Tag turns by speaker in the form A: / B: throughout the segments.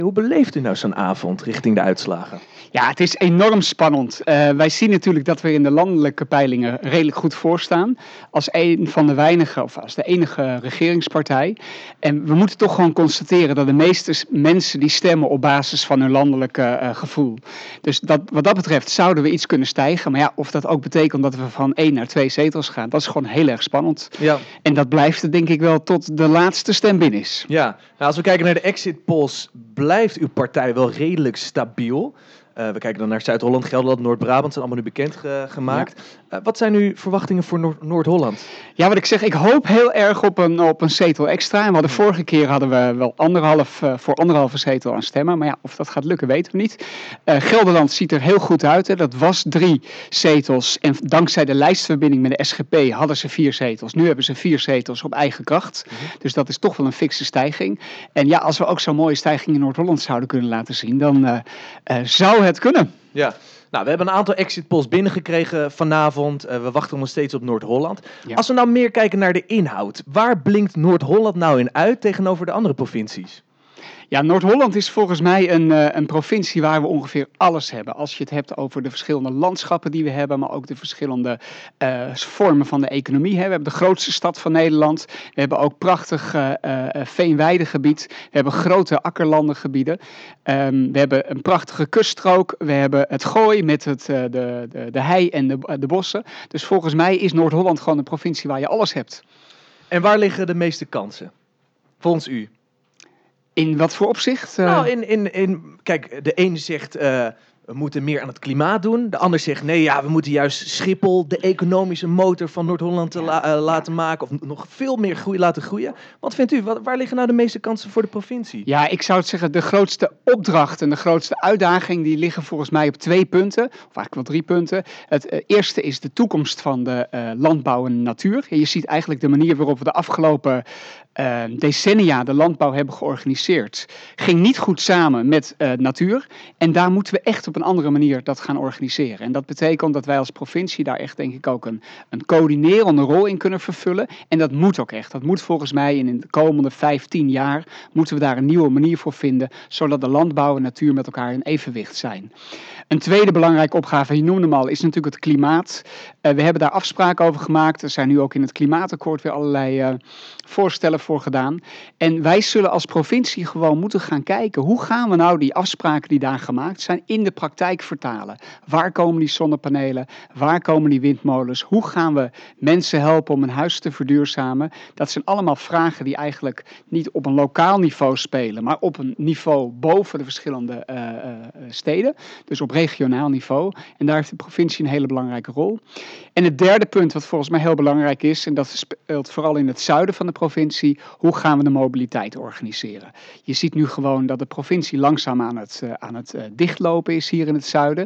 A: Hoe beleeft u nou zo'n avond richting de uitslagen?
B: Ja, het is enorm spannend. Wij zien natuurlijk dat we in de landelijke peilingen redelijk goed voorstaan. Als een van de weinige, of als de enige regeringspartij. En we moeten toch gewoon constateren dat de meeste mensen die stemmen op basis van hun landelijke gevoel. Dus wat dat betreft zouden we iets kunnen stijgen. Maar ja, of dat ook betekent dat we van 1 naar 2 zetels gaan, dat is gewoon heel erg spannend.
A: Ja.
B: En dat blijft het denk ik wel tot de laatste stem binnen is.
A: Ja, nou, als we kijken naar de exit polls, blijft uw partij wel redelijk stabiel. We kijken dan naar Zuid-Holland, Gelderland, Noord-Brabant, zijn allemaal nu bekend gemaakt. Wat zijn uw verwachtingen voor Noord-Holland?
B: Ja, wat ik zeg, ik hoop heel erg op een zetel extra. En vorige keer hadden we wel voor anderhalve zetel aan stemmen. Maar ja, of dat gaat lukken, weten we niet. Gelderland ziet er heel goed uit. Hè. Dat was 3 zetels. En dankzij de lijstverbinding met de SGP hadden ze 4 zetels. Nu hebben ze 4 zetels op eigen kracht. Dus dat is toch wel een fikse stijging. En ja, als we ook zo'n mooie stijging in Noord-Holland zouden kunnen laten zien, dan zou het kunnen.
A: Ja. Nou, we hebben een aantal exit polls binnengekregen vanavond. We wachten nog steeds op Noord-Holland. Ja. Als we nou meer kijken naar de inhoud, waar blinkt Noord-Holland nou in uit tegenover de andere provincies?
B: Ja, Noord-Holland is volgens mij een provincie waar we ongeveer alles hebben. Als je het hebt over de verschillende landschappen die we hebben, maar ook de verschillende vormen van de economie. Hè. We hebben de grootste stad van Nederland. We hebben ook prachtig veenweidegebied. We hebben grote akkerlandengebieden. We hebben een prachtige kuststrook. We hebben het Gooi met de hei en de bossen. Dus volgens mij is Noord-Holland gewoon een provincie waar je alles hebt.
A: En waar liggen de meeste kansen, volgens u?
B: In wat voor opzicht?
A: Nou, kijk, de ene zegt we moeten meer aan het klimaat doen. De ander zegt nee, ja, we moeten juist Schiphol, de economische motor van Noord-Holland, laten maken. Of nog veel meer laten groeien. Wat vindt u? Waar liggen nou de meeste kansen voor de provincie?
B: Ja, ik zou het zeggen, de grootste opdracht en de grootste uitdaging, die liggen volgens mij op 2 punten. Of eigenlijk wel 3 punten. Het eerste is de toekomst van de landbouw en natuur. Je ziet eigenlijk de manier waarop we de afgelopen decennia de landbouw hebben georganiseerd. Ging niet goed samen met natuur. En daar moeten we echt op een andere manier dat gaan organiseren. En dat betekent dat wij als provincie daar echt denk ik ook een coördinerende rol in kunnen vervullen. En dat moet ook echt. Dat moet volgens mij in de komende 15 jaar moeten we daar een nieuwe manier voor vinden, zodat de landbouw en natuur met elkaar in evenwicht zijn. Een tweede belangrijke opgave, je noemde hem al, is natuurlijk het klimaat. We hebben daar afspraken over gemaakt. Er zijn nu ook in het klimaatakkoord weer allerlei voorstellen voor gedaan. En wij zullen als provincie gewoon moeten gaan kijken, hoe gaan we nou die afspraken die daar gemaakt zijn in de praktijk vertalen? Waar komen die zonnepanelen? Waar komen die windmolens? Hoe gaan we mensen helpen om een huis te verduurzamen? Dat zijn allemaal vragen die eigenlijk niet op een lokaal niveau spelen, maar op een niveau boven de verschillende steden. Dus op regionaal niveau. En daar heeft de provincie een hele belangrijke rol. En het derde punt wat volgens mij heel belangrijk is, en dat speelt vooral in het zuiden van de provincie, hoe gaan we de mobiliteit organiseren? Je ziet nu gewoon dat de provincie langzaam aan het dichtlopen is hier in het zuiden.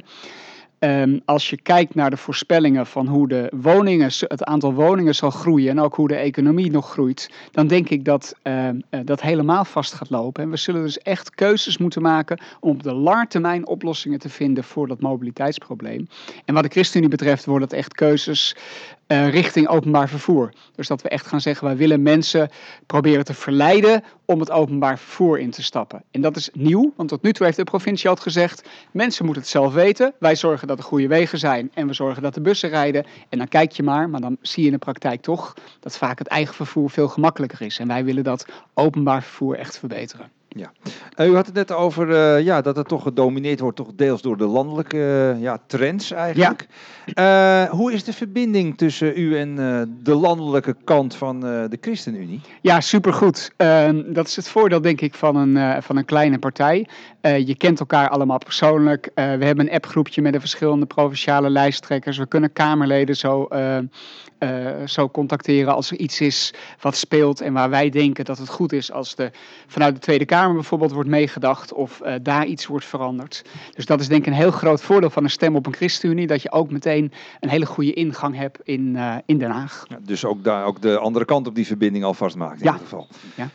B: Als je kijkt naar de voorspellingen van hoe het aantal woningen zal groeien en ook hoe de economie nog groeit, dan denk ik dat dat helemaal vast gaat lopen. En we zullen dus echt keuzes moeten maken om op de lange termijn oplossingen te vinden voor dat mobiliteitsprobleem. En wat de ChristenUnie betreft worden dat echt keuzes richting openbaar vervoer. Dus dat we echt gaan zeggen, wij willen mensen proberen te verleiden om het openbaar vervoer in te stappen. En dat is nieuw, want tot nu toe heeft de provincie al gezegd, mensen moeten het zelf weten. Wij zorgen dat er goede wegen zijn en we zorgen dat de bussen rijden. En dan kijk je maar dan zie je in de praktijk toch dat vaak het eigen vervoer veel gemakkelijker is. En wij willen dat openbaar vervoer echt verbeteren.
C: Ja. U had het net over dat het toch gedomineerd wordt, toch deels door de landelijke trends eigenlijk. Ja. Hoe is de verbinding tussen u en de landelijke kant van de ChristenUnie?
B: Ja, supergoed. Dat is het voordeel denk ik van een kleine partij. Je kent elkaar allemaal persoonlijk. We hebben een appgroepje met de verschillende provinciale lijsttrekkers. We kunnen Kamerleden zo contacteren als er iets is wat speelt en waar wij denken dat het goed is als vanuit de Tweede Kamer bijvoorbeeld wordt meegedacht of daar iets wordt veranderd. Dus dat is denk ik een heel groot voordeel van een stem op een ChristenUnie, dat je ook meteen een hele goede ingang hebt in Den Haag.
C: Ja, dus ook de andere kant op die verbinding alvast maakt in ieder geval.
B: Ja.